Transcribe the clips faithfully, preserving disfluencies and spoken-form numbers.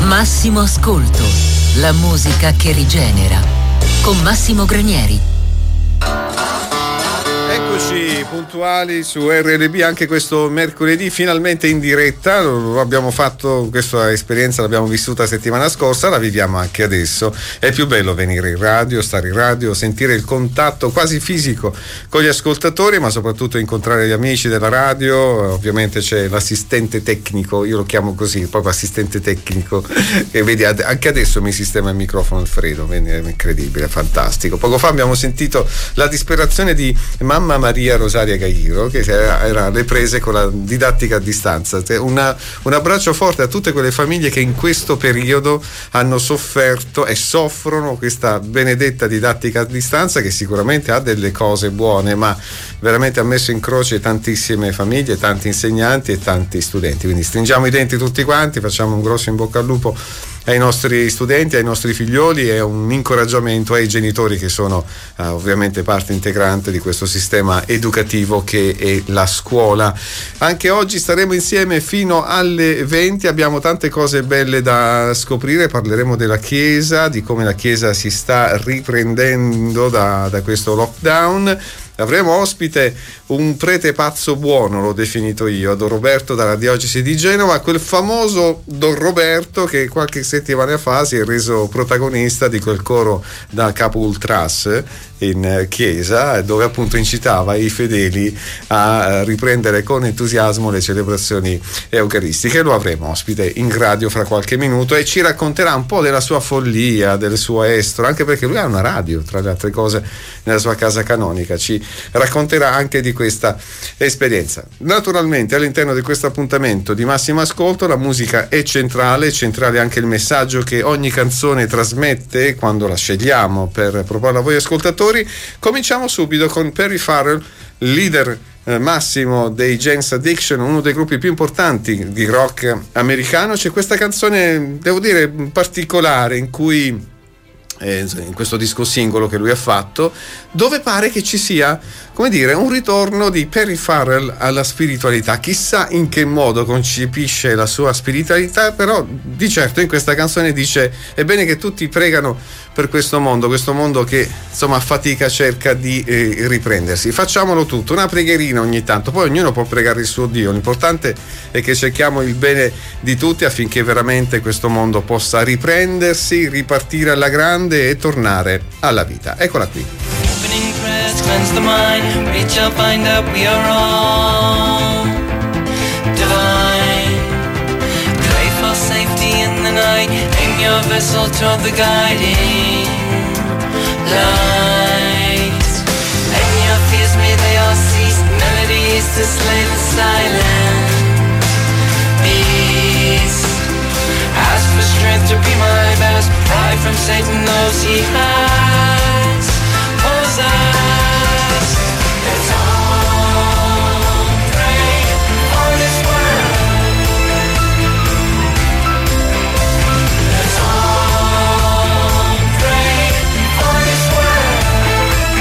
Massimo Ascolto, la musica che rigenera, con Massimo Granieri. Eccoci puntuali su R L B anche questo mercoledì, finalmente in diretta. Lo abbiamo fatto, questa esperienza l'abbiamo vissuta settimana scorsa, la viviamo anche adesso. È più bello venire in radio, stare in radio, sentire il contatto quasi fisico con gli ascoltatori, ma soprattutto incontrare gli amici della radio. Ovviamente c'è l'assistente tecnico, io lo chiamo così, proprio assistente tecnico, che vedi anche adesso mi sistema il microfono Alfredo, è incredibile, fantastico. Poco fa abbiamo sentito la disperazione di mamma Maria Rosaria Gairo, che era alle prese con la didattica a distanza. Una, un abbraccio forte a tutte quelle famiglie che in questo periodo hanno sofferto e soffrono questa benedetta didattica a distanza, che sicuramente ha delle cose buone, ma veramente ha messo in croce tantissime famiglie, tanti insegnanti e tanti studenti. Quindi stringiamo i denti tutti quanti, facciamo un grosso in bocca al lupo ai nostri studenti, ai nostri figlioli, e un incoraggiamento ai genitori, che sono eh, ovviamente parte integrante di questo sistema educativo che è la scuola. Anche oggi staremo insieme fino alle venti, abbiamo tante cose belle da scoprire, parleremo della Chiesa, di come la Chiesa si sta riprendendo da, da questo lockdown. Avremo ospite un prete pazzo buono, l'ho definito io, Don Roberto dalla diocesi di Genova, quel famoso Don Roberto che qualche settimana fa si è reso protagonista di quel coro da capo ultras in chiesa, dove appunto incitava i fedeli a riprendere con entusiasmo le celebrazioni eucaristiche. Lo avremo ospite in radio fra qualche minuto e ci racconterà un po' della sua follia, del suo estro, anche perché lui ha una radio, tra le altre cose, nella sua casa canonica. Ci racconterà anche di questa esperienza. Naturalmente all'interno di questo appuntamento di Massimo Ascolto la musica è centrale, è centrale anche il messaggio che ogni canzone trasmette quando la scegliamo per proporla a voi ascoltatori. Cominciamo subito con Perry Farrell, leader eh, massimo dei Jane's Addiction, uno dei gruppi più importanti di rock americano. C'è questa canzone, devo dire, particolare in cui Eh, in questo disco singolo che lui ha fatto, dove pare che ci sia, come dire, un ritorno di Perry Farrell alla spiritualità. Chissà in che modo concepisce la sua spiritualità, però di certo in questa canzone dice: è bene che tutti pregano per questo mondo, questo mondo che insomma a fatica cerca di eh, riprendersi. Facciamolo tutto, una preghierina ogni tanto, poi ognuno può pregare il suo Dio, l'importante è che cerchiamo il bene di tutti affinché veramente questo mondo possa riprendersi, ripartire alla grande e tornare alla vita. Eccola qui. Opening prayers cleanse the mind, reach out, find out we are all divine. Pray for safety in the night, aim your vessel toward the guiding light. And your fears may they all cease, melodies to slay the silent beast. Ask for strength to be my best, pride from Satan knows he has possessed. Let's all pray for this world. Let's all pray for this world.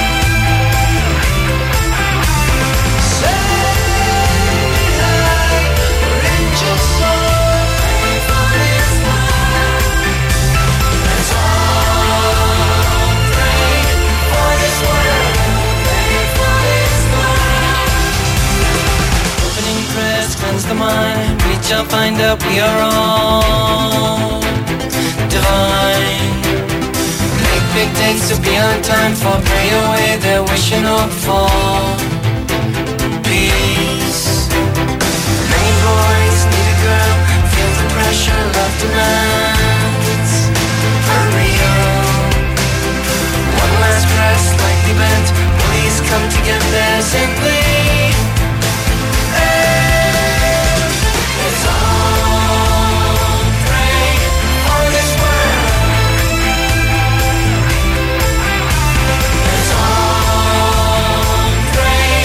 Say that we're angels soul, pray for this world. Let's all pray for this world, pray for this world. Opening prayers cleanse the mind, reach out, find out we are all divine. Make big dates to be on time for, pray away their wish and hope for peace. Many boys need a girl, feel the pressure love demands. Hurry up, one last press lightly bent, please come to get theirs and leave. Let's all pray for this world. Let's all pray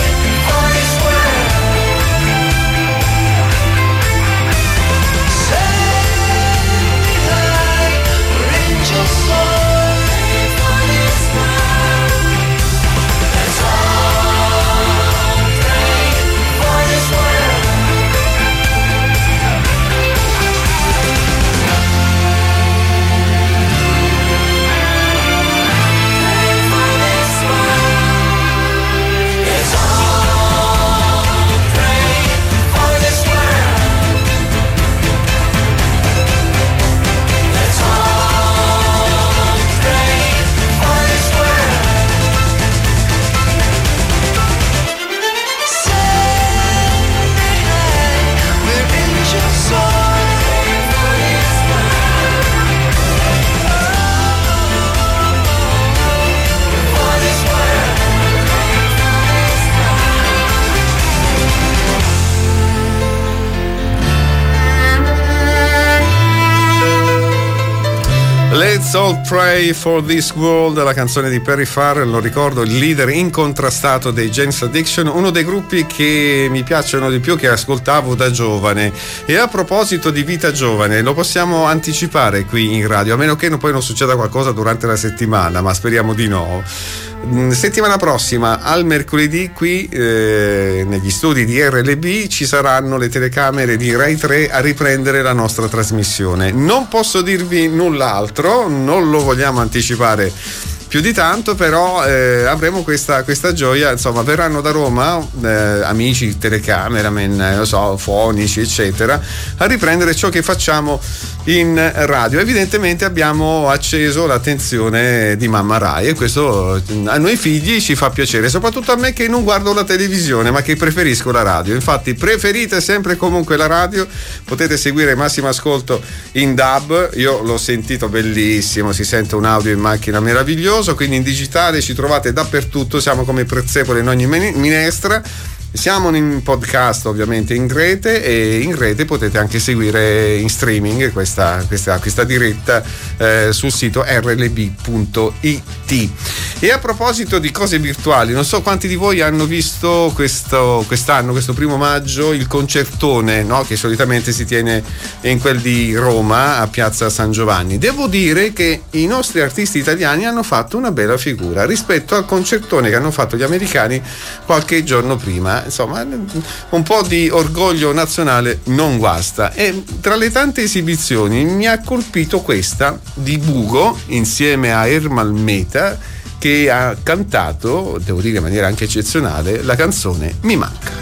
Let's All Pray for This World, la canzone di Perry Farrell, lo ricordo, il leader incontrastato dei James Addiction, uno dei gruppi che mi piacciono di più, che ascoltavo da giovane. E a proposito di vita giovane, lo possiamo anticipare qui in radio, a meno che poi non succeda qualcosa durante la settimana, ma speriamo di no. Settimana prossima, al mercoledì, qui eh, negli studi di R L B ci saranno le telecamere di Rai tre a riprendere la nostra trasmissione. Non posso dirvi null'altro, non lo vogliamo anticipare più di tanto, però eh, avremo questa, questa gioia. Insomma, verranno da Roma eh, amici, telecameraman, eh, lo so, fonici, eccetera, a riprendere ciò che facciamo in radio. Evidentemente abbiamo acceso l'attenzione di mamma Rai, e questo a noi figli ci fa piacere, soprattutto a me che non guardo la televisione ma che preferisco la radio. Infatti preferite sempre comunque la radio, potete seguire Massimo Ascolto in D A B, io l'ho sentito bellissimo, si sente un audio in macchina meraviglioso, quindi in digitale ci trovate dappertutto, siamo come prezzemolo in ogni minestra. Siamo in podcast ovviamente in rete, e in rete potete anche seguire in streaming questa, questa, questa diretta eh, sul sito R L B punto I T. E a proposito di cose virtuali, non so quanti di voi hanno visto questo, quest'anno, questo primo maggio, il concertone, no? Che solitamente si tiene in quel di Roma a Piazza San Giovanni. Devo dire che i nostri artisti italiani hanno fatto una bella figura rispetto al concertone che hanno fatto gli americani qualche giorno prima. Insomma, un po' di orgoglio nazionale non guasta. E tra le tante esibizioni mi ha colpito questa di Bugo insieme a Ermal Meta, che ha cantato, devo dire in maniera anche eccezionale, la canzone Mi manca.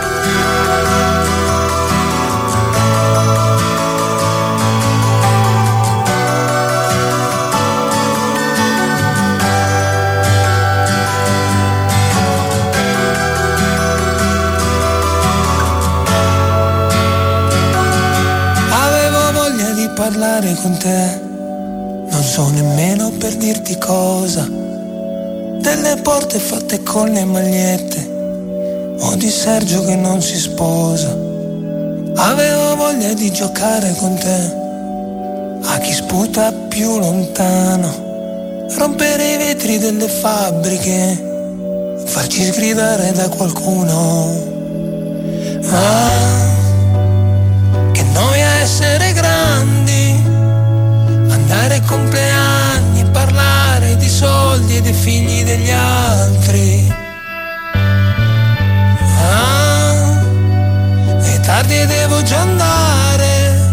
Parlare con te, non so nemmeno per dirti cosa, delle porte fatte con le magliette o di Sergio che non si sposa. Avevo voglia di giocare con te a chi sputa più lontano, rompere i vetri delle fabbriche, farci sgridare da qualcuno. Ah, che noia essere grandi, andare ai compleanni, parlare di soldi e dei figli degli altri. Ah, è tardi e devo già andare,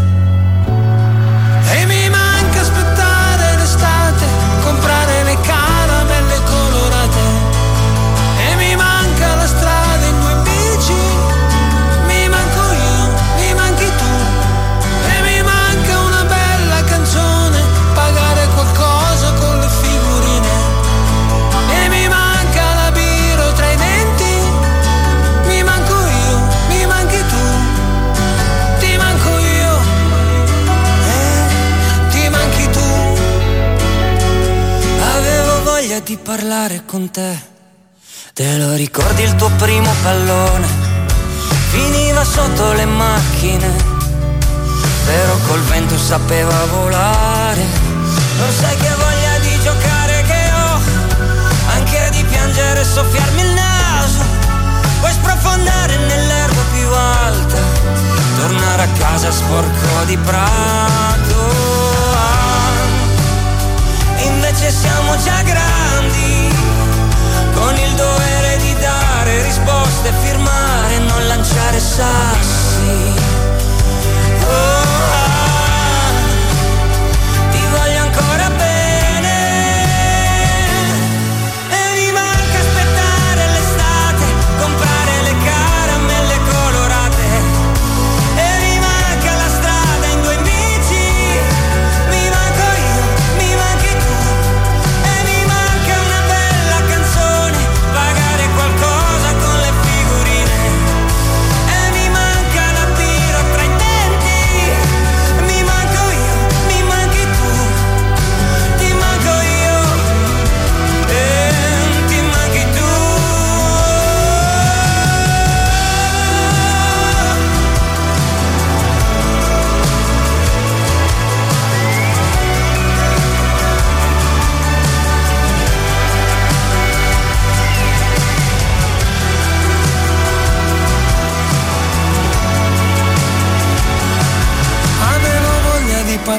e mi manca aspettare l'estate, comprare le caramelle colorate, e mi manca la strada in due bici, mi manco io, mi manchi tu, e mi manca una bella canzone, pagare qualcosa con le figurine, e mi manca la birra tra i denti, mi manco io, mi manchi tu, ti manco io, eh, ti manchi tu. Avevo voglia di parlare con te, te lo ricordi il tuo primo pallone? Finiva sotto le macchine, però col vento sapeva volare. Non sai che voglia di giocare che ho, anche di piangere e soffiarmi il naso. Puoi sprofondare nell'erba più alta, tornare a casa sporco di prato. Ah, invece siamo già grandi, con il dovere di dare risposte, firmare e non lanciare sassi. Oh, ah, ti voglio ancora bene, e mi manca aspettare l'estate, comprare le caramelle colorate, e mi manca la strada in due bici,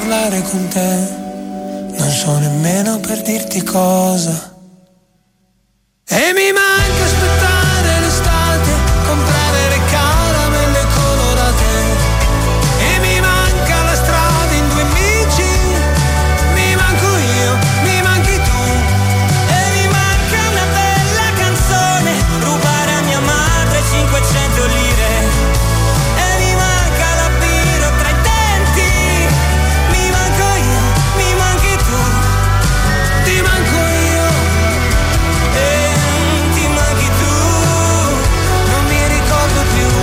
parlare con te, non so nemmeno per dirti cosa. E mi manca aspettare l'estate, comprare le caramelle colorate. E mi manca la strada in due amici, mi manco io, mi manchi tu. E mi manca una bella canzone, rubare a mia madre cinquecento lire. E mi manca la birra tra i denti, mi manco io, mi manchi tu. Ti manco io e ti manchi tu, non mi ricordo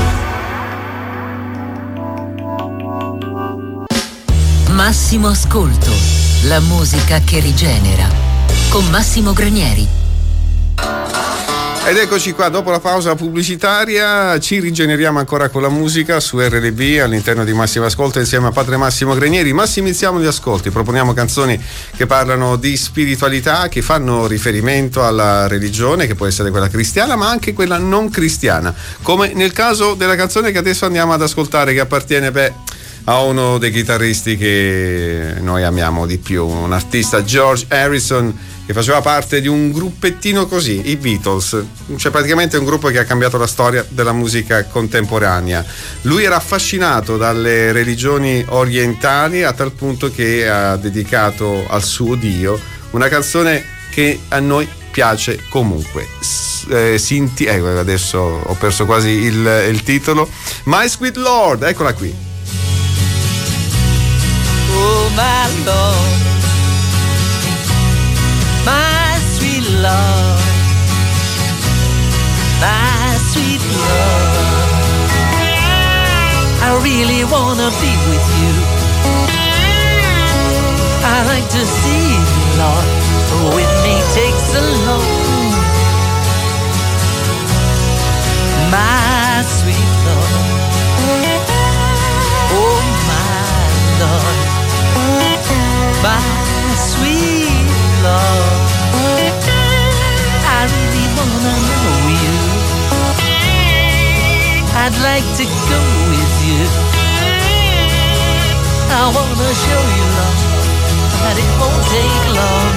più. Massimo Ascolto, la musica che rigenera. Con Massimo Granieri. Ed eccoci qua, dopo la pausa pubblicitaria ci rigeneriamo ancora con la musica su R L B all'interno di Massimo Ascolto insieme a padre Massimo Granieri. Massimizziamo gli ascolti, proponiamo canzoni che parlano di spiritualità, che fanno riferimento alla religione, che può essere quella cristiana ma anche quella non cristiana, come nel caso della canzone che adesso andiamo ad ascoltare, che appartiene beh, a uno dei chitarristi che noi amiamo di più, un artista, George Harrison, che faceva parte di un gruppettino così, i Beatles, cioè praticamente un gruppo che ha cambiato la storia della musica contemporanea. Lui era affascinato dalle religioni orientali a tal punto che ha dedicato al suo Dio una canzone che a noi piace comunque. Eh, Sinti, eh, adesso ho perso quasi il, il titolo. My Sweet Lord, eccola qui. Oh my Lord, my sweet Lord, my sweet Lord, I really wanna be with you. I like to see you, Lord, with me takes so long. My sweet Lord, oh my Lord, my sweet Lord, I really wanna know you. I'd like to go with you. I wanna show you, Lord, that it won't take long.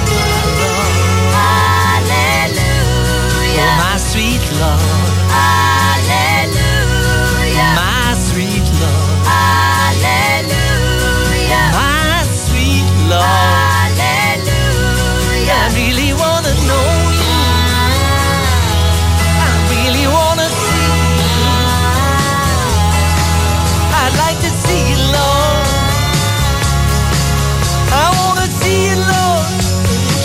Hallelujah, oh my sweet Lord, hallelujah, my sweet Lord, hallelujah, my sweet Lord, hallelujah. I really wanna know you. I really wanna see you. I'd like to see you, Lord. I wanna see you, Lord.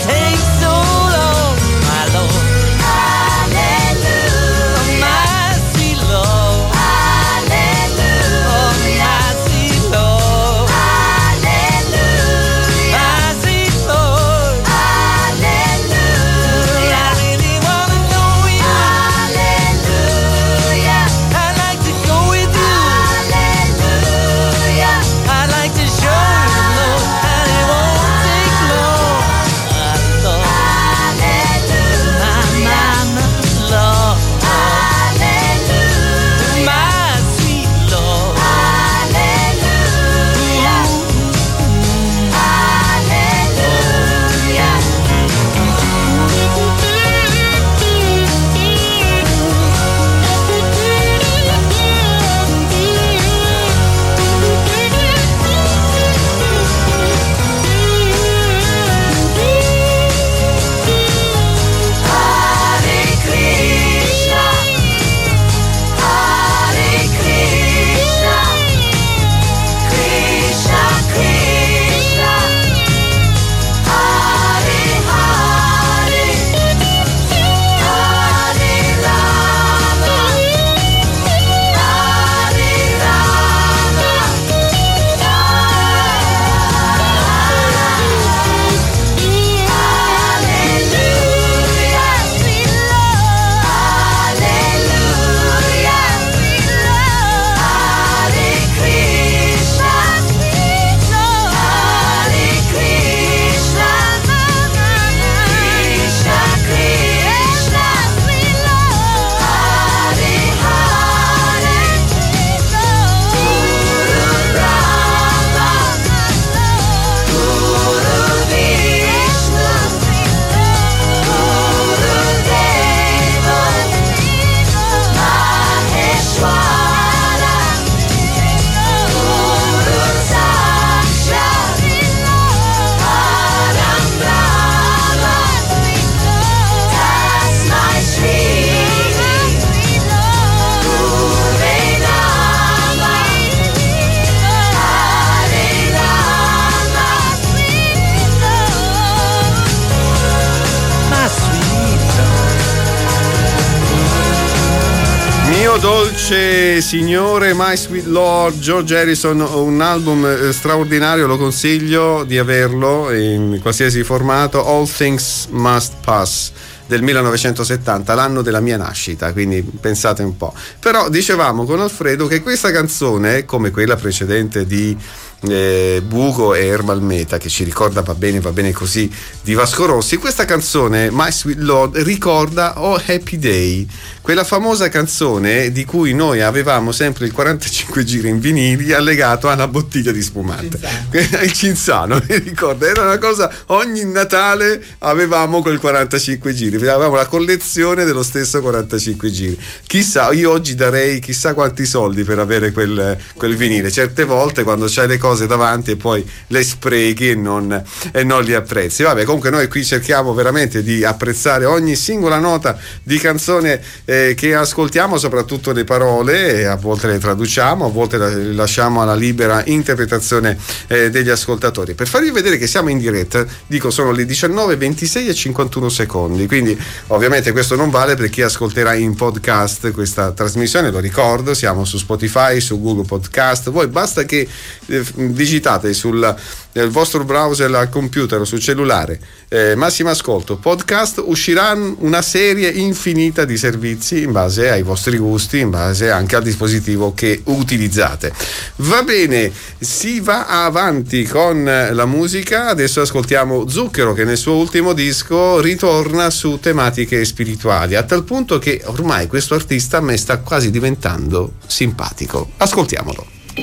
Dolce Signore, My Sweet Lord, George Harrison, un album eh, straordinario, lo consiglio di averlo in qualsiasi formato. All Things Must Pass del millenovecentosettanta, l'anno della mia nascita, quindi pensate un po'. Però dicevamo con Alfredo che questa canzone, come quella precedente di eh, Bugo e Ermal Meta, che ci ricorda Va bene, va bene così di Vasco Rossi, questa canzone My Sweet Lord ricorda Oh Happy Day, quella famosa canzone di cui noi avevamo sempre il quarantacinque giri in vinili allegato alla bottiglia di spumante, il Cinzano, mi ricordo, era una cosa, ogni Natale avevamo quel quarantacinque giri, avevamo la collezione dello stesso quarantacinque giri. Chissà, io oggi darei chissà quanti soldi per avere quel, quel vinile. Certe volte quando c'hai le cose davanti e poi le sprechi e non, e non li apprezzi. Vabbè, comunque noi qui cerchiamo veramente di apprezzare ogni singola nota di canzone eh, che ascoltiamo, soprattutto le parole, e a volte le traduciamo, a volte le lasciamo alla libera interpretazione eh, degli ascoltatori. Per farvi vedere che siamo in diretta, dico, sono le diciannove e ventisei e cinquantuno secondi, quindi ovviamente questo non vale per chi ascolterà in podcast questa trasmissione, lo ricordo, siamo su Spotify, su Google Podcast, voi basta che eh, digitate sul nel vostro browser al computer o sul cellulare eh, Massimo Ascolto Podcast, uscirà una serie infinita di servizi in base ai vostri gusti, in base anche al dispositivo che utilizzate. Va bene, si va avanti con la musica. Adesso ascoltiamo Zucchero, che nel suo ultimo disco ritorna su tematiche spirituali, a tal punto che ormai questo artista a me sta quasi diventando simpatico. Ascoltiamolo.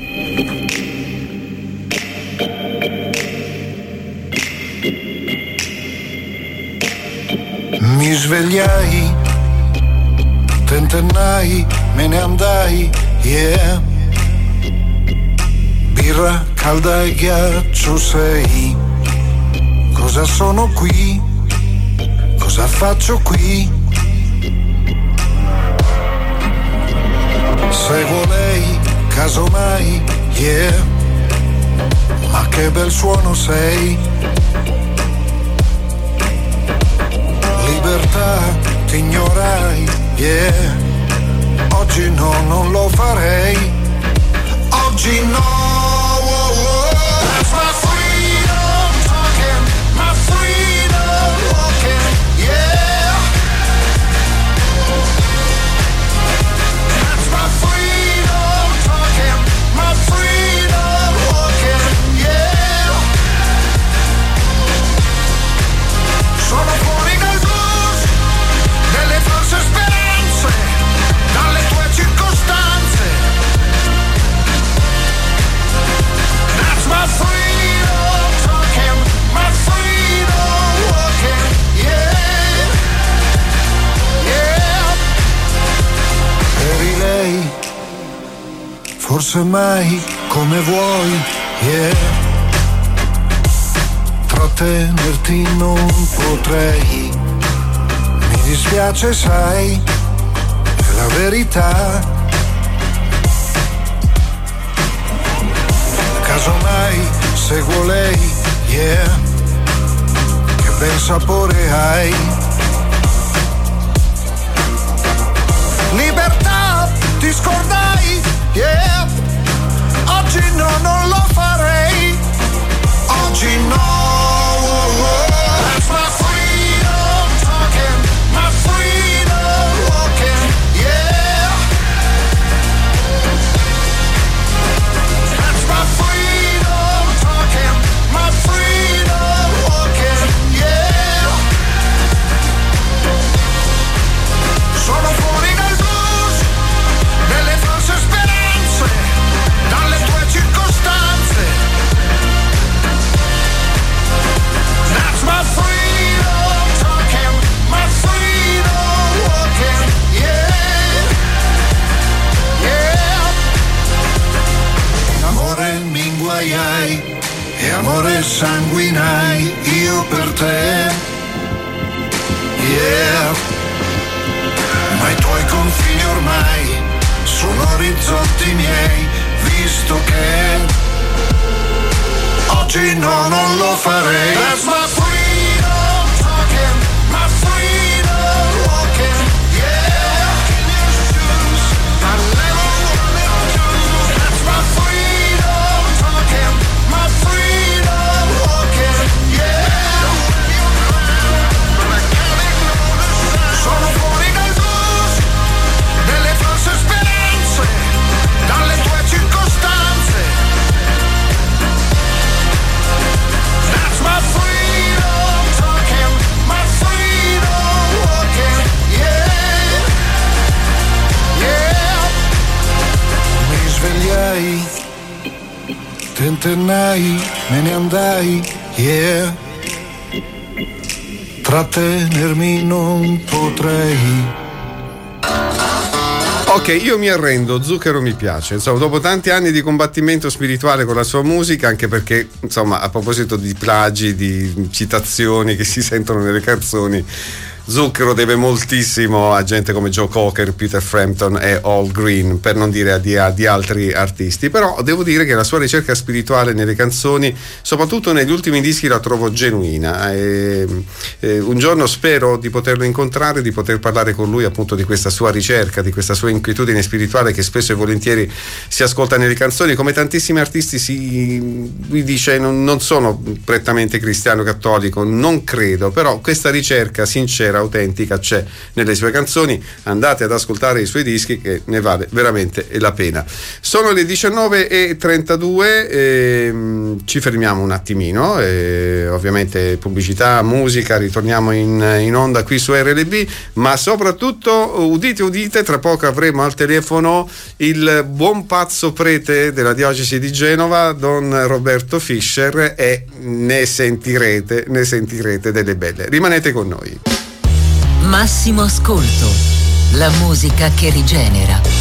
Mi svegliai, tentennai, me ne andai, yeah. Birra calda e ghiaccio sei. Cosa sono qui? Cosa faccio qui? Seguo lei, casomai, yeah. Ma che bel suono sei. Libertà, ti ignorai, yeah. Oggi no, non lo farei. Oggi no, oh, oh. That's my freedom talking, my freedom walking, yeah. That's my freedom talking, my freedom walking, yeah. Sono fuori dal blues, delle false speranze, dalle tue circostanze. That's my freedom talking, my freedom walking, yeah, yeah. Eri lei, forse mai come vuoi, yeah. Trattenerti non potrei, mi dispiace sai, è la verità. Casomai seguo lei, yeah. Che bel sapore hai. Libertà, ti scordai, yeah. Oggi no, non lo farei. Oggi no, oh, oh. That's my freedom talking, my freedom walking, yeah. That's my freedom talking, my freedom walking, yeah. Sono fuori dal blues, delle false speranze, dalle tue circostanze. That's my freedom talking, my freedom walking, yeah, yeah. Amore mi inguaiai e amore sanguinai io per te, yeah. Ma i tuoi confini ormai sono orizzonti miei, visto che oggi no, non lo farei. That's my freedom talking, my freedom walking, yeah. In your shoes, I let tentennai, me ne andai, yeah. Trattenermi non potrei. Ok, io mi arrendo, Zucchero mi piace, insomma, dopo tanti anni di combattimento spirituale con la sua musica, anche perché, insomma, a proposito di plagi, di citazioni che si sentono nelle canzoni, Zucchero deve moltissimo a gente come Joe Cocker, Peter Frampton e Al Green, per non dire di, di altri artisti. Però devo dire che la sua ricerca spirituale nelle canzoni, soprattutto negli ultimi dischi, la trovo genuina, e, e un giorno spero di poterlo incontrare, di poter parlare con lui appunto di questa sua ricerca, di questa sua inquietudine spirituale che spesso e volentieri si ascolta nelle canzoni. Come tantissimi artisti, si, lui dice non, non sono prettamente cristiano cattolico, non credo, però questa ricerca sincera, autentica, c'è nelle sue canzoni. Andate ad ascoltare i suoi dischi, che ne vale veramente la pena. Sono le diciannove e trentadue, e ci fermiamo un attimino, e ovviamente pubblicità, musica, ritorniamo in, in onda qui su R L B, ma soprattutto udite udite, tra poco avremo al telefono il buon pazzo prete della diocesi di Genova, Don Roberto Fischer, e ne sentirete, ne sentirete delle belle. Rimanete con noi. Massimo ascolto, la musica che rigenera.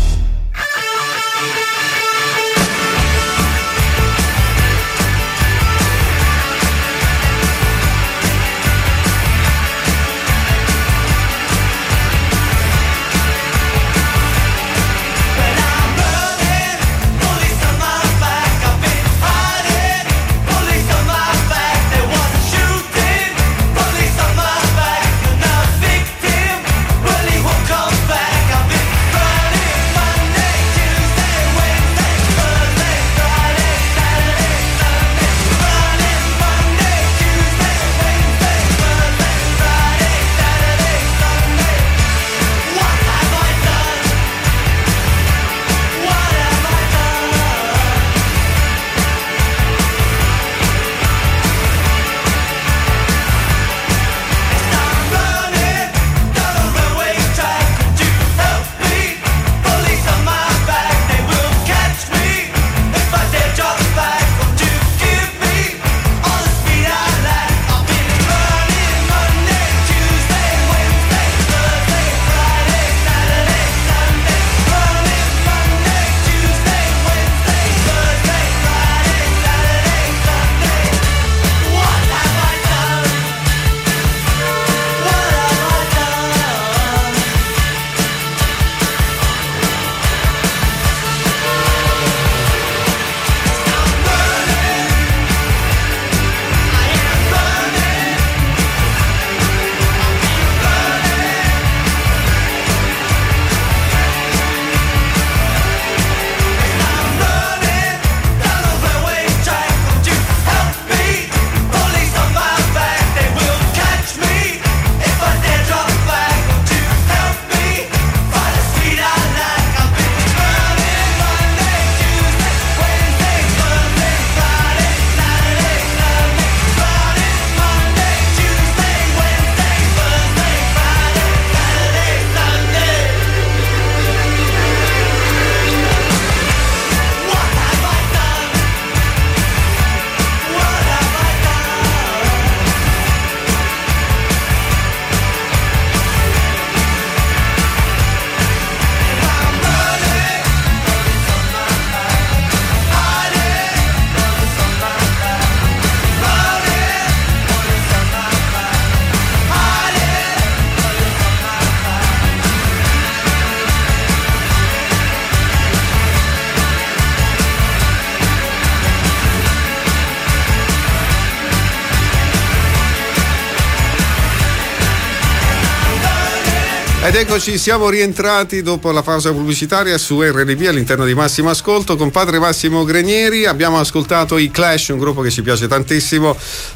Ed eccoci, siamo rientrati dopo la pausa pubblicitaria su R L B all'interno di Massimo Ascolto con padre Massimo Granieri. Abbiamo ascoltato i Clash, un gruppo che ci piace tantissimo.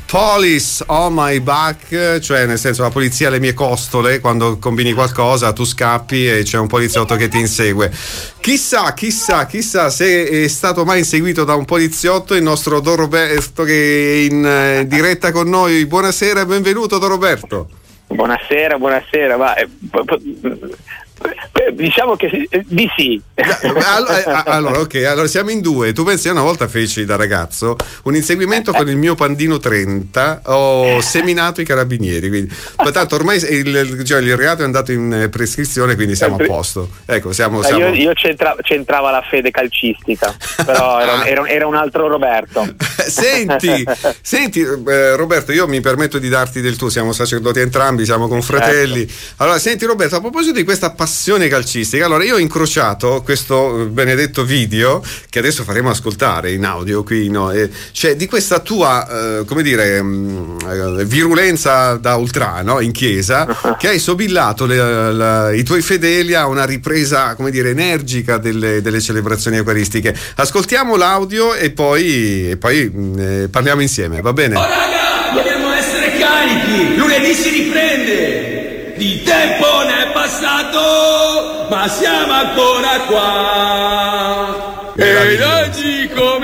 Police on my back, cioè nel senso la polizia alle mie costole, quando combini qualcosa tu scappi e c'è un poliziotto che ti insegue. Chissà, chissà, chissà se è stato mai inseguito da un poliziotto il nostro Don Roberto, che è in diretta con noi. Buonasera e benvenuto Don Roberto. Buonasera, buonasera. Va, eh, Diciamo che di sì. Allora, allora, ok, allora siamo in due. Tu pensi, una volta feci da ragazzo un inseguimento con il mio Pandino trenta, ho seminato i carabinieri, quindi tanto ormai il, cioè, il reato è andato in prescrizione, quindi siamo a posto. Ecco, siamo, siamo... Io, io c'entra, c'entrava la fede calcistica, però era, era, era un altro Roberto. Senti, senti eh, Roberto, io mi permetto di darti del tuo, siamo sacerdoti entrambi, siamo confratelli. Certo. Allora, senti Roberto, a proposito di questa passione calcistica, allora io ho incrociato questo benedetto video che adesso faremo ascoltare in audio qui, no? E, cioè di questa tua eh, come dire mh, virulenza da ultra, no? In chiesa, che hai sobillato le, la, i tuoi fedeli a una ripresa, come dire, energica delle, delle celebrazioni eucaristiche. Ascoltiamo l'audio e poi, e poi mh, parliamo insieme, va bene? Oh raga, dobbiamo essere carichi, lunedì si riprende. Di tempo ne è passato, ma siamo ancora qua. E oggi come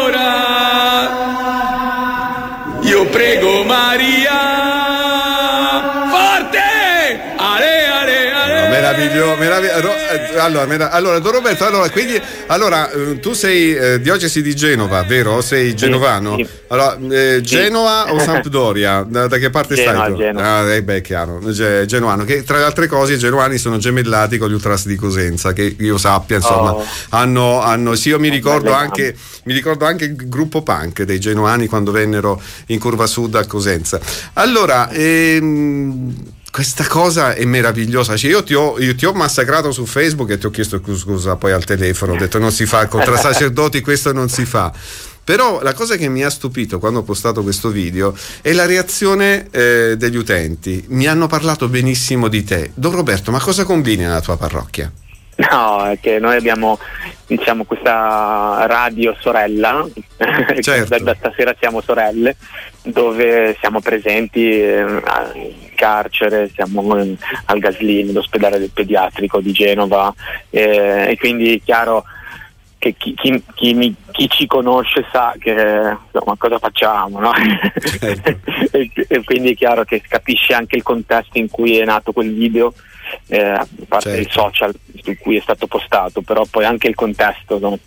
allora, io prego Maria, forte, ale, ale, ale. Meraviglioso, meraviglioso. Allora, merav- allora, Don Roberto, allora, quindi, allora eh, tu sei eh, diocesi di Genova, vero? Sei genovano? Sì, sì. Allora, eh, Genova sì. o Sampdoria? Da, da che parte Genova, stai tu? Genova. Ah, eh, beh, chiaro, Ge- genuano, che tra le altre cose i genuani sono gemellati con gli ultras di Cosenza, che io sappia, insomma, Oh. hanno, hanno, sì, io mi ricordo Belle anche, mi ricordo anche il gruppo punk dei genuani quando vennero in Curva Sud a Cosenza. Allora, ehm, questa cosa è meravigliosa, cioè io, ti ho, io ti ho massacrato su Facebook e ti ho chiesto scusa poi al telefono, ho detto non si fa, contra sacerdoti questo non si fa. Però la cosa che mi ha stupito quando ho postato questo video è la reazione eh, degli utenti. Mi hanno parlato benissimo di te. Don Roberto, ma cosa combini nella tua parrocchia? No, è che noi abbiamo, diciamo, questa radio sorella, Certo. da, da stasera siamo sorelle, dove siamo presenti eh, in carcere, siamo in, al Gaslini, l'ospedale del pediatrico di Genova, eh, e quindi è chiaro che chi, chi, chi, mi, chi ci conosce sa che insomma cosa facciamo, no? Certo. e, e quindi è chiaro che capisce anche il contesto in cui è nato quel video, eh, a parte Certo. i social su cui è stato postato, però poi anche il contesto, no?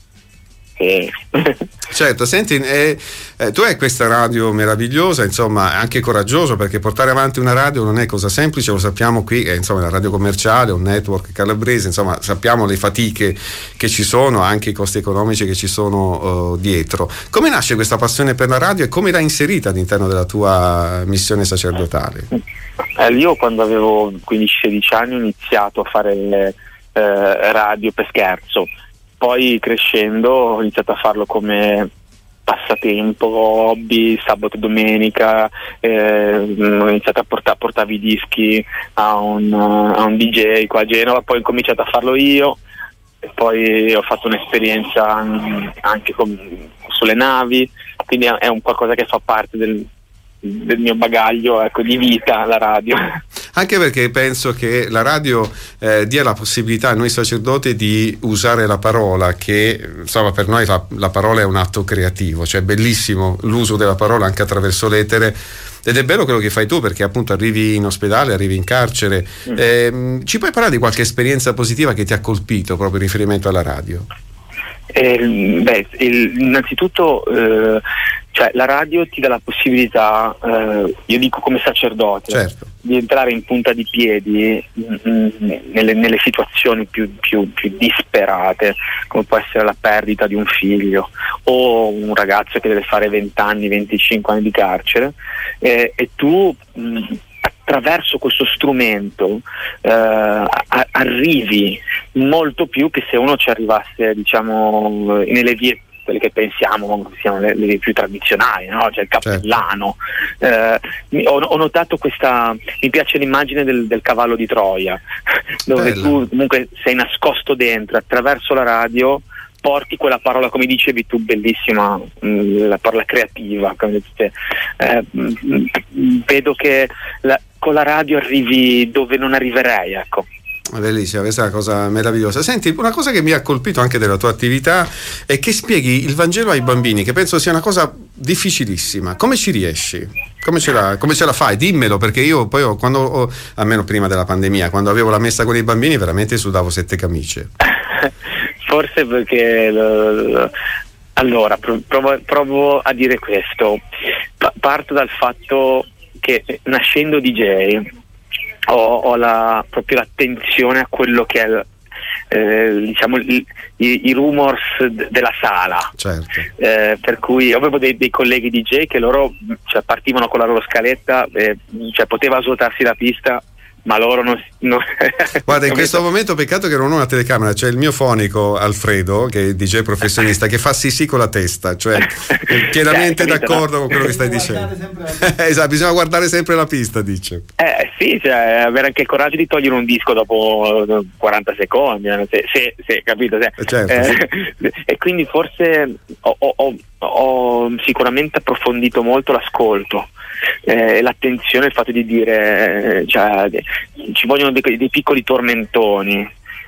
Che... Certo, senti, eh, eh, tu hai questa radio meravigliosa, insomma, anche coraggioso, perché portare avanti una radio non è cosa semplice, lo sappiamo qui, è insomma la radio commerciale, un network calabrese, insomma sappiamo le fatiche che ci sono, anche i costi economici che ci sono uh, dietro. Come nasce questa passione per la radio e come l'hai inserita all'interno della tua missione sacerdotale? Eh, io quando avevo quindici sedici anni ho iniziato a fare le, eh, radio per scherzo. Poi crescendo ho iniziato a farlo come passatempo, hobby, sabato e domenica, eh, ho iniziato a portare, portare i dischi a un, a un D J qua a Genova, poi ho cominciato a farlo io e poi ho fatto un'esperienza anche con, sulle navi, quindi è un qualcosa che fa parte del, del mio bagaglio, ecco, di vita, la radio. Anche perché penso che la radio eh, dia la possibilità a noi sacerdoti di usare la parola, che insomma per noi la, la parola è un atto creativo, cioè è bellissimo l'uso della parola anche attraverso l'etere, ed è bello quello che fai tu, perché appunto arrivi in ospedale, arrivi in carcere. Mm. Eh, ci puoi parlare di qualche esperienza positiva che ti ha colpito proprio in riferimento alla radio? Eh, beh, il, innanzitutto eh, cioè la radio ti dà la possibilità, eh, io dico come sacerdote, certo, di entrare in punta di piedi mh, nelle, nelle situazioni più, più, più disperate, come può essere la perdita di un figlio o un ragazzo che deve fare venti anni, venticinque anni di carcere, eh, e tu mh, attraverso questo strumento eh, a- arrivi molto più che se uno ci arrivasse, diciamo, nelle vie, quelle che pensiamo siano le, le più tradizionali, no? Cioè il cappellano. Certo. Eh, ho, ho notato questa, mi piace l'immagine del, del cavallo di Troia, dove Bella. Tu comunque sei nascosto dentro, attraverso la radio porti quella parola, come dicevi tu, bellissima, mh, la parola creativa, come dite, eh, mh, vedo che la, con la radio arrivi dove non arriverei, ecco. Bellissima, questa è una cosa meravigliosa. Senti, una cosa che mi ha colpito anche della tua attività è che spieghi il Vangelo ai bambini, che penso sia una cosa difficilissima. Come ci riesci? Come ce la, come ce la fai? Dimmelo, perché io poi ho, quando ho, almeno prima della pandemia, quando avevo la messa con i bambini, veramente sudavo sette camicie. Forse perché lo, lo, allora provo, provo a dire questo. Pa- parto dal fatto che nascendo D J ho, ho la, proprio l'attenzione a quello che è eh, diciamo i, i, i rumors d- della sala. Certo. Eh, per cui avevo dei, dei colleghi D J che loro, cioè, partivano con la loro scaletta, eh, cioè, poteva svuotarsi la pista, ma loro non, non guarda, in questo momento peccato che non ho una telecamera, c'è il mio fonico Alfredo, che è D J professionista, che fa sì sì con la testa, cioè pienamente cioè, d'accordo, no? Con quello che stai dicendo. Esatto, bisogna guardare sempre la pista, dice. Eh sì, cioè, avere anche il coraggio di togliere un disco dopo quaranta secondi, se, se, se capito? Se, certo, eh, sì. E quindi forse ho, ho, ho sicuramente approfondito molto l'ascolto. Eh, l'attenzione, il fatto di dire eh, cioè, ci vogliono dei, dei piccoli tormentoni,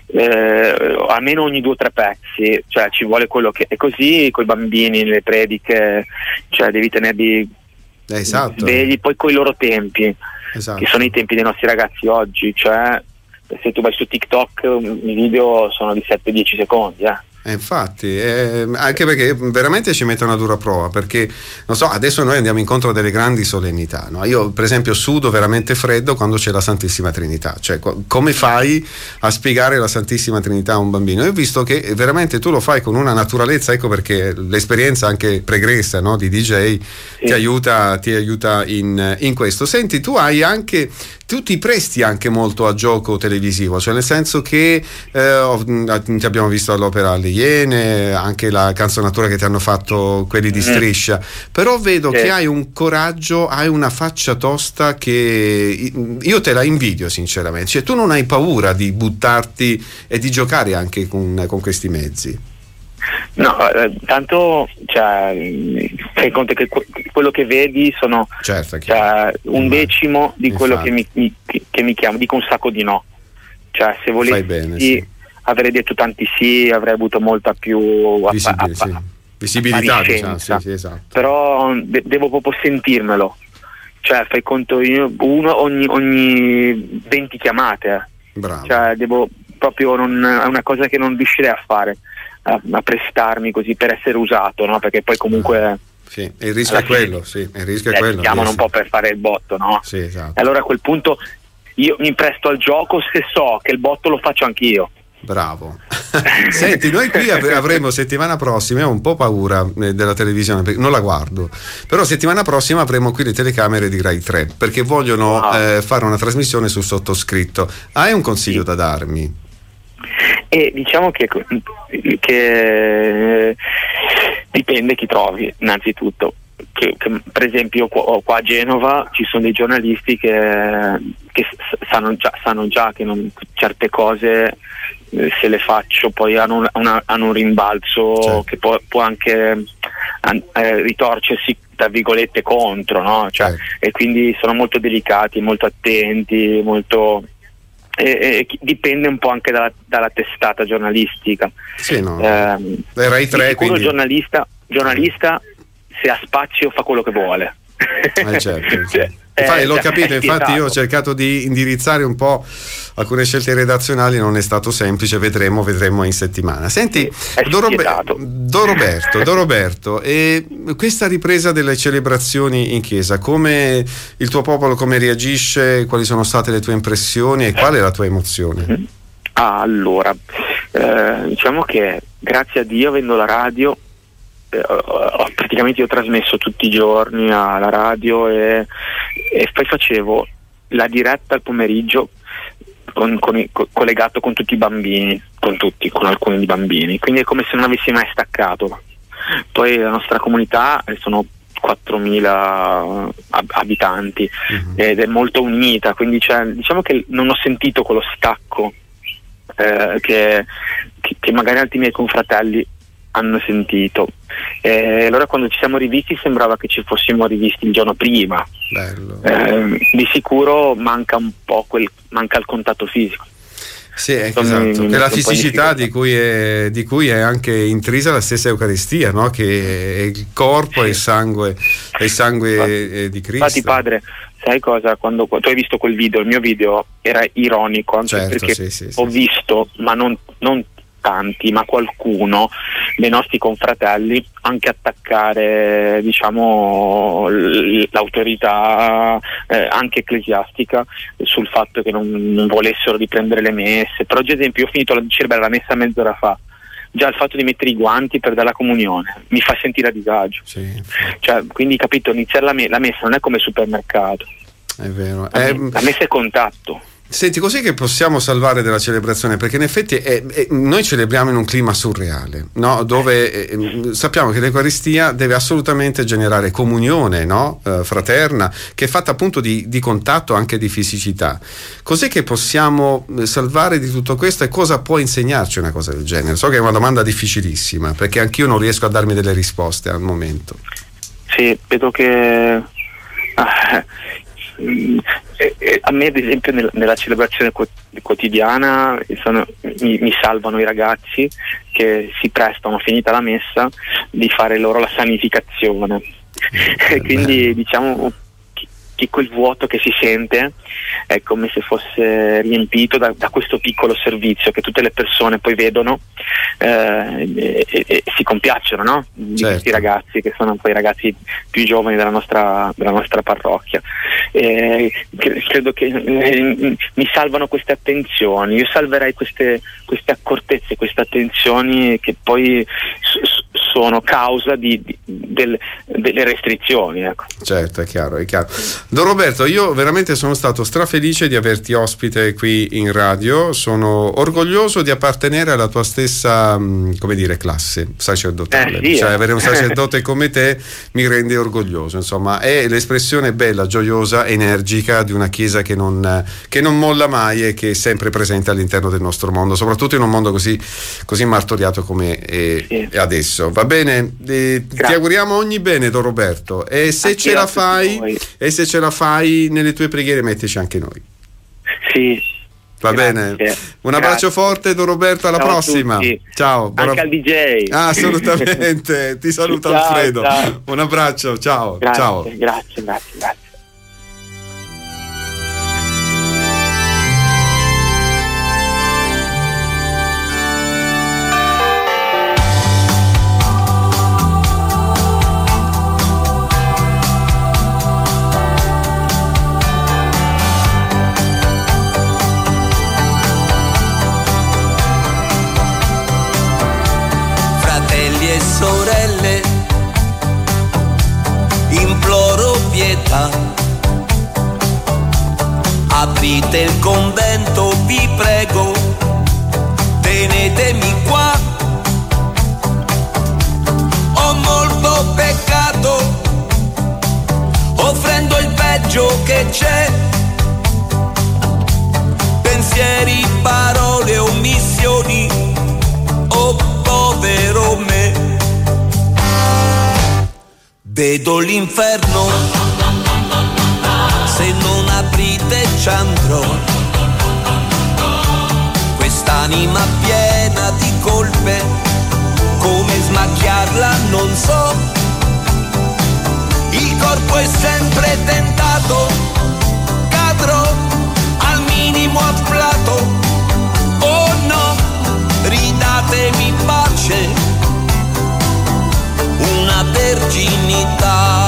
eh, almeno ogni due o tre pezzi, cioè ci vuole quello che è così con i bambini, le prediche, cioè devi tenerli eh, esatto. svegli, poi coi loro tempi, esatto. Che sono i tempi dei nostri ragazzi oggi, cioè se tu vai su TikTok i video sono di sette dieci secondi, eh. Eh, infatti, eh, anche perché veramente ci mette una dura prova, perché non so, adesso noi andiamo incontro a delle grandi solennità, no? Io per esempio sudo veramente freddo quando c'è la Santissima Trinità, cioè co- come fai a spiegare la Santissima Trinità a un bambino? Io ho visto che veramente tu lo fai con una naturalezza, ecco perché l'esperienza anche pregressa, no, di D J sì. ti aiuta, ti aiuta in, in questo. Senti, tu hai anche tu ti presti anche molto a gioco televisivo, cioè nel senso che eh, ti abbiamo visto all'Opera alle Iene, anche la canzonatura che ti hanno fatto quelli di Striscia, però vedo sì. che hai un coraggio, hai una faccia tosta che io te la invidio sinceramente, cioè tu non hai paura di buttarti e di giocare anche con, con questi mezzi. No, eh, tanto cioè, fai conto che que- quello che vedi sono certo, cioè, un decimo di infatti. quello che mi, mi, che mi chiamo, dico un sacco di no, cioè se volessi bene, sì. avrei detto tanti sì, avrei avuto molta più Visibil- app- sì. app- visibilità, diciamo, sì, sì, esatto. Però de- devo proprio sentirmelo, cioè fai conto io uno ogni, ogni venti chiamate, eh. Bravo. Cioè devo proprio, non, è una cosa che non riuscirei a fare, a, a prestarmi così per essere usato, no? Perché poi comunque sì, il rischio è quello, sì, il rischio è quello. Ti chiamano un po' per fare il botto, no? Sì, esatto. E allora a quel punto io mi presto al gioco se so che il botto lo faccio anch'io. Bravo. Senti, noi qui avremo settimana prossima, ho un po' paura della televisione perché non la guardo, però settimana prossima avremo qui le telecamere di Rai tre perché vogliono ah. eh, fare una trasmissione sul sottoscritto. Hai un consiglio sì. da darmi? E diciamo che, che dipende chi trovi innanzitutto, che, che per esempio qua, qua a Genova ci sono dei giornalisti che, che sanno, già, sanno già che non, certe cose eh, se le faccio poi hanno, una, hanno un rimbalzo certo. che può, può anche eh, ritorcersi tra virgolette contro, no? Cioè, certo. E quindi sono molto delicati, molto attenti, molto E, e dipende un po' anche dalla, dalla testata giornalistica. Sì, no. Eh, Rai tre, quindi... il giornalista, giornalista se ha spazio fa quello che vuole. Eh, certo, cioè, infatti, eh, l'ho capito, infatti io ho cercato di indirizzare un po' alcune scelte redazionali, non è stato semplice, vedremo, vedremo in settimana. Senti, Don, Robe- Don Roberto, Don Roberto, e questa ripresa delle celebrazioni in chiesa, come il tuo popolo, come reagisce, quali sono state le tue impressioni e qual è la tua emozione? Ah, allora, eh, diciamo che grazie a Dio, avendo la radio, Uh, praticamente io ho trasmesso tutti i giorni alla radio e, e poi facevo la diretta al pomeriggio con, con i, co- collegato con tutti i bambini, con tutti, con alcuni di bambini, quindi è come se non avessi mai staccato. Poi la nostra comunità sono quattromila ab- abitanti uh-huh. ed è molto unita, quindi cioè, diciamo che non ho sentito quello stacco eh, che, che, che magari altri miei confratelli hanno sentito. E allora quando ci siamo rivisti sembrava che ci fossimo rivisti il giorno prima. Bello. Eh, di sicuro manca un po' quel, manca il contatto fisico. Sì, esatto, che la fisicità di cui, è, di cui è anche intrisa la stessa Eucaristia, no? Che è il corpo e il sangue, è il sangue di Cristo. Infatti, padre, sai cosa? Quando tu hai visto quel video, il mio video era ironico, anche certo, perché sì, sì, ho sì, visto, ma non, non tanti, ma qualcuno dei nostri confratelli anche attaccare, diciamo, l'autorità eh, anche ecclesiastica sul fatto che non, non volessero riprendere le messe. Per esempio, io ho finito di celebrare la messa mezz'ora fa. Già il fatto di mettere i guanti per dare la comunione mi fa sentire a disagio. Sì. Cioè, quindi, capito, iniziare la, me- la messa non è come supermercato. È vero. La, Eh, la messa è contatto. Senti, così che possiamo salvare della celebrazione, perché in effetti è, è, noi celebriamo in un clima surreale, no? Dove eh, sappiamo che l'Eucaristia deve assolutamente generare comunione, no? eh, fraterna, che è fatta appunto di, di contatto, anche di fisicità. Cos'è che possiamo salvare di tutto questo e cosa può insegnarci una cosa del genere? So che è una domanda difficilissima, perché anch'io non riesco a darmi delle risposte al momento. Sì, vedo che ah, mm, eh, eh, a me ad esempio nel, nella celebrazione quot- quotidiana sono, mi, mi salvano i ragazzi che si prestano, finita la messa, di fare loro la sanificazione. E quindi diciamo che, che quel vuoto che si sente è come se fosse riempito da, da questo piccolo servizio che tutte le persone poi vedono eh, e, e, e si compiacciono, no? Di certo. questi ragazzi che sono poi i ragazzi più giovani della nostra, della nostra parrocchia. Eh, credo che eh, mi salvano queste attenzioni, io salverei queste, queste accortezze, queste attenzioni che poi s- sono causa di, di, del, delle restrizioni, ecco. Certo, è chiaro, è chiaro. Don Roberto, io veramente sono stato strafelice di averti ospite qui in radio, sono orgoglioso di appartenere alla tua stessa, come dire, classe sacerdotale, eh, sì, cioè eh. avere un sacerdote come te mi rende orgoglioso, insomma, è l'espressione bella, gioiosa, energica di una chiesa che non, che non molla mai e che è sempre presente all'interno del nostro mondo, soprattutto in un mondo così, così martoriato come è, sì. è adesso. Va bene? Eh, ti auguriamo ogni bene, Don Roberto, e se Anche ce la a tutti fai voi. e se ce la fai nelle tue preghiere mettici anche noi. Sì. Va Grazie. bene, un abbraccio Grazie. forte, Don Roberto, alla Ciao a prossima. tutti. Ciao, buona- Anche al D J. Ah, assolutamente, ti saluta Ciao, Alfredo. ciao. Un abbraccio, ciao. Grazie, Ciao. grazie, grazie, grazie. Fratelli e sorelle, imploro pietà, aprite il convento, vi prego, tenetemi qua. Ho molto peccato, offrendo il peggio che c'è, pensieri, parole, omissioni, oh povero me. Vedo l'inferno, se non aprite ci andrò. Quest'anima piena di colpe, come smacchiarla non so. Il corpo è sempre tentato, cadrò al minimo afflato. Oh no, ridatemi pace, una verginità.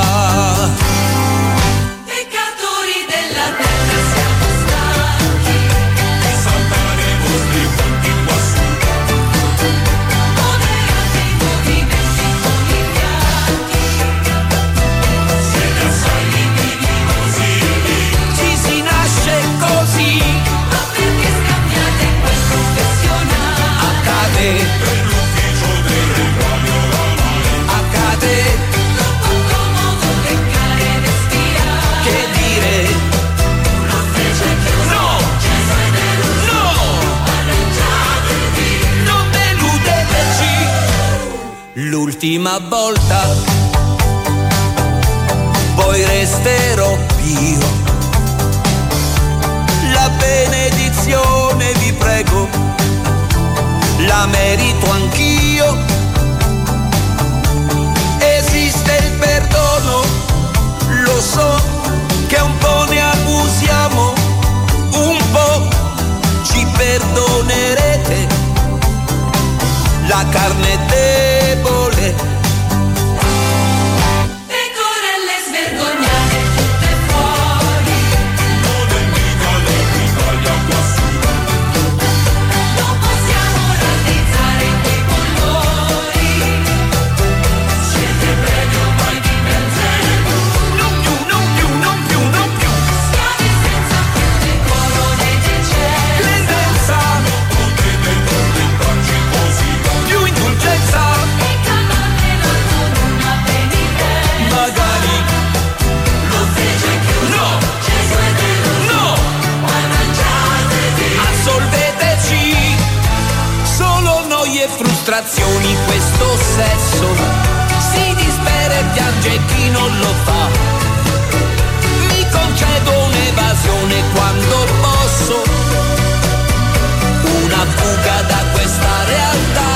Peccatori della terra siamo stanchi di saltare i vostri volti quassù, moderati movimenti con i fianchi, siete assai invidiosi Ci si nasce così, ma perché scambiate quel confessionale? accade, Per l'ufficio del reclamio oramai accade, troppo comodo peccare ed espiare. che dire? Una fece che No, Gesù è deluso, no, arrangiatevi. non deludeteci. L'ultima volta, poi resterò pio. La benedizione vi prego, carne debole. Pecorelle svergognate tutte fuori. Non è mica l'Italia qua su. Non possiamo rattrizzare quei colori. Siete premio mai di Belzebù. Non più, non più, non più, non più. Schiavi senza più decoro né decenza. Clemenza, Non potete contentarci così. più indulgenza, E calate non con una penitenza. magari Lo fece chiuso. no, Gesù è deluso. no, Arrangiatevi. assolveteci. Solo noie e frustrazioni questo sesso. Si dispera e piange chi non lo fa. Mi concedo un'evasione quando posso. Una fuga da questa realtà.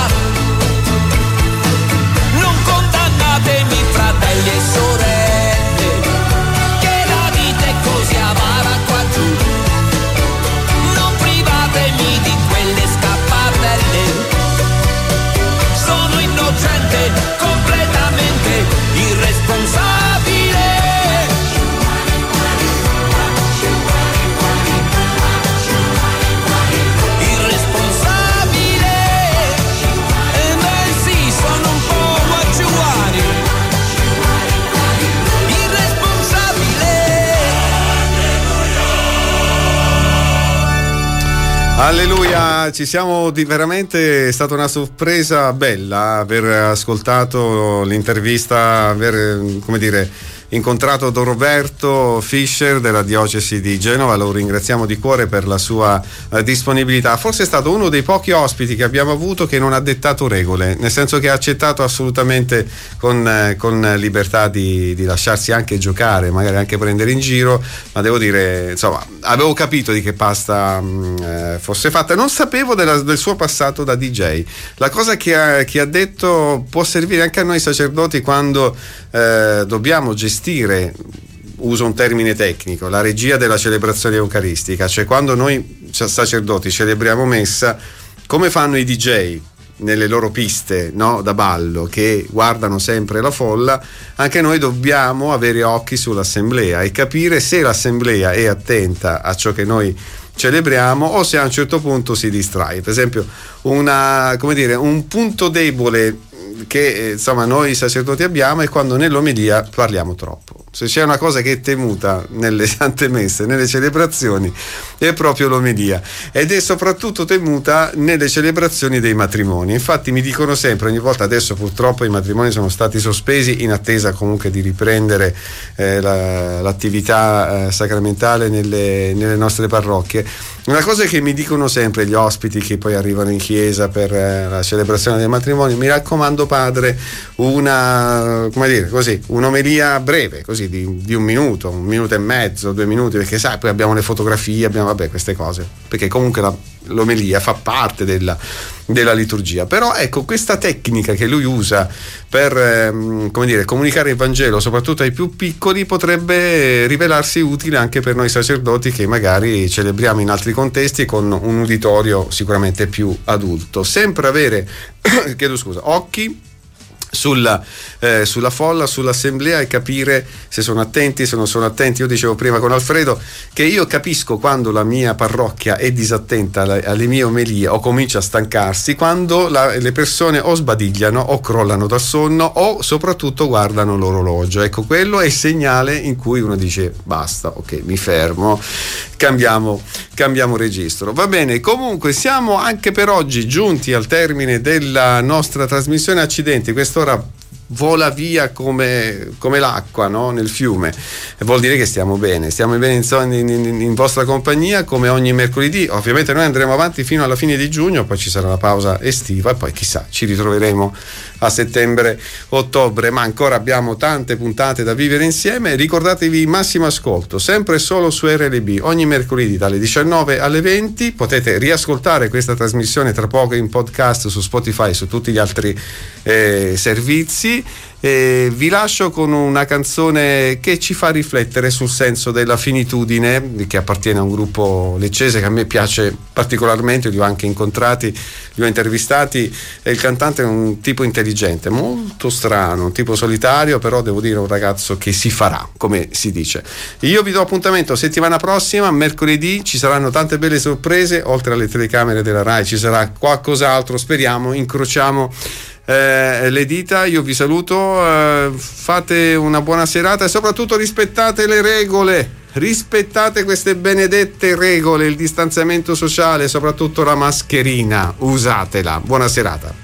Non condannatemi fratelli e sorelle, che la vita è così amara qua giù. Non privatemi di quelle scappatelle. Sono innocente, completamente irresponsabile. Irresponsabile. E beh sì, sono un po' guacciuari. Irresponsabile. Alleluia, ci siamo di veramente, è stata una sorpresa bella aver ascoltato l'intervista, aver, come dire, incontrato Don Roberto Fischer della diocesi di Genova. Lo ringraziamo di cuore per la sua eh, disponibilità. Forse è stato uno dei pochi ospiti che abbiamo avuto che non ha dettato regole, nel senso che ha accettato assolutamente con, eh, con libertà di, di lasciarsi anche giocare, magari anche prendere in giro, ma devo dire, insomma, avevo capito di che pasta mh, eh, fosse fatta. Non sapevo della, del suo passato da D J. La cosa che ha, che ha detto può servire anche a noi sacerdoti quando eh, dobbiamo gestire, uso un termine tecnico, la regia della celebrazione eucaristica, cioè quando noi sacerdoti celebriamo messa, come fanno i D J nelle loro piste, no, da ballo, che guardano sempre la folla, anche noi dobbiamo avere occhi sull'assemblea e capire se l'assemblea è attenta a ciò che noi celebriamo o se a un certo punto si distrae. Per esempio, una, come dire, un punto debole che insomma noi sacerdoti abbiamo è quando nell'omelia parliamo troppo. Se c'è una cosa che è temuta nelle sante messe, nelle celebrazioni, è proprio l'omelia, ed è soprattutto temuta nelle celebrazioni dei matrimoni. Infatti mi dicono sempre, ogni volta, adesso purtroppo i matrimoni sono stati sospesi in attesa comunque di riprendere eh, la, l'attività eh, sacramentale nelle, nelle nostre parrocchie. Una cosa che mi dicono sempre gli ospiti che poi arrivano in chiesa per eh, la celebrazione del matrimonio: mi raccomando padre, una, come dire, così, un'omelia breve, così di, di un minuto, un minuto e mezzo, due minuti, perché sai, poi abbiamo le fotografie, abbiamo, vabbè, queste cose, perché comunque la, l'omelia fa parte della, della liturgia. Però ecco, questa tecnica che lui usa per ehm, come dire, comunicare il Vangelo soprattutto ai più piccoli potrebbe rivelarsi utile anche per noi sacerdoti che magari celebriamo in altri contesti con un uditorio sicuramente più adulto. Sempre avere chiedo scusa, occhi sulla, eh, sulla folla, sull'assemblea, e capire se sono attenti, se non sono attenti. Io dicevo prima con Alfredo che io capisco quando la mia parrocchia è disattenta alle, alle mie omelie o comincia a stancarsi, quando la, le persone o sbadigliano o crollano dal sonno o soprattutto guardano l'orologio. Ecco, quello è il segnale in cui uno dice basta, ok, mi fermo, cambiamo, cambiamo registro. Va bene, comunque siamo anche per oggi giunti al termine della nostra trasmissione. Accidenti, quest'ora vola via come, come l'acqua, no? Nel fiume, e vuol dire che stiamo bene, stiamo bene in, in, in, in vostra compagnia come ogni mercoledì. Ovviamente noi andremo avanti fino alla fine di giugno, poi ci sarà la pausa estiva e poi chissà, ci ritroveremo a settembre, ottobre, ma ancora abbiamo tante puntate da vivere insieme. Ricordatevi Massimo Ascolto, sempre e solo su R L B, ogni mercoledì dalle diciannove alle venti. Potete riascoltare questa trasmissione tra poco in podcast su Spotify e su tutti gli altri eh, servizi. E vi lascio con una canzone che ci fa riflettere sul senso della finitudine, che appartiene a un gruppo leccese che a me piace particolarmente, li ho anche incontrati, li ho intervistati, e il cantante è un tipo intelligente, molto strano, un tipo solitario, però devo dire un ragazzo che si farà, come si dice. Io vi do appuntamento settimana prossima, mercoledì, ci saranno tante belle sorprese, oltre alle telecamere della Rai ci sarà qualcos'altro, speriamo, incrociamo Eh, le dita. Io vi saluto, eh, fate una buona serata e soprattutto rispettate le regole, rispettate queste benedette regole, il distanziamento sociale, soprattutto la mascherina, usatela. Buona serata.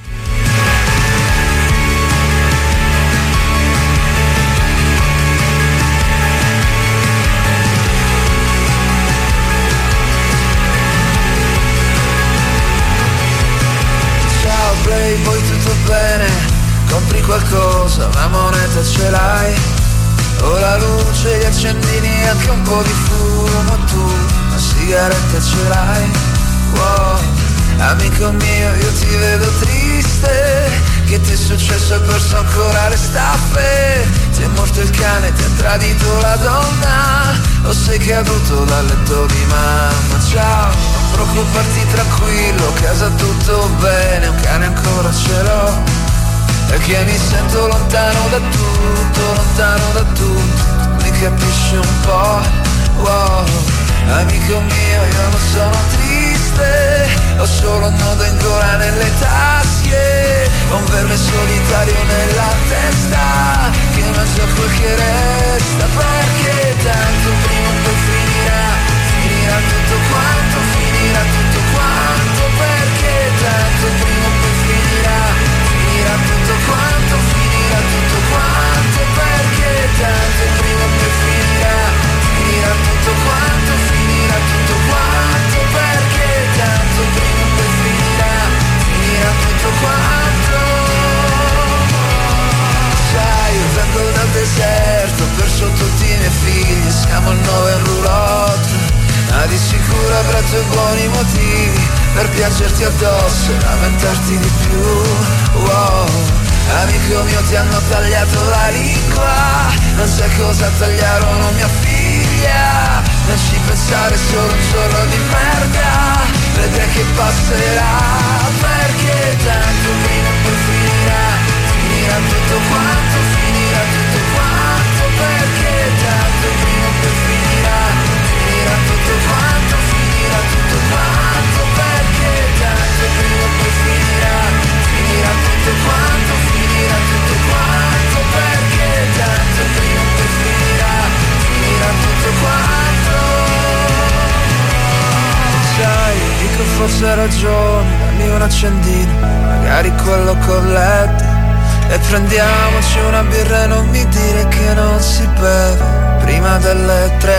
Poi tutto bene, compri qualcosa, una moneta ce l'hai, o la luce, gli accendini, anche un po' di fumo, tu una sigaretta ce l'hai, wow, amico mio io ti vedo triste, che ti è successo, hai perso ancora le staffe, ti è morto il cane, ti ha tradito la donna, o sei caduto dal letto di mamma, ciao, non preoccuparti tranquillo, casa tutto bene, un cane ancora ce l'ho, e che mi sento lontano da tutto, lontano da tutto, mi capisci un po', wow, amico mio io non sono triste, ho solo un nodo in gola nelle tasche, un verme solitario nella testa, che mangia quel che resta, perché tanto prima o poi finirà, finirà tutto quanto, finirà tutto quanto, perché tanto prima o poi finirà, finirà tutto quanto, finirà tutto quanto, perché tanto prima o poi finirà, finirà tutto quanto, finirà tutto quanto, perché tanto prima o poi finirà, finirà tutto quanto. Sai, io vengo dal deserto, ho perso tutti i miei figli, siamo al nove in roulotte, ma di sicuro avrai tuoi buoni motivi per piangerti addosso e lamentarti di più, wow. Amico mio ti hanno tagliato la lingua, non sai cosa tagliarono mia figlia, non ci pensare solo un giorno di merda, vedrai che passerà, perché tanto prima o poi finirà, finirà tutto quanto, finirà tutto quanto, perché tanto prima o poi finirà, finirà tutto quanto, finirà tutto quanto, perché tanto prima o poi finirà, finirà tutto quanto, finirà tutto quanto, perché tanto prima o poi finirà, finirà tutto quanto. Sai, dico forse hai ragione, dammi un accendino, magari quello con led, e prendiamoci una birra e non mi dire che non si beve prima delle tre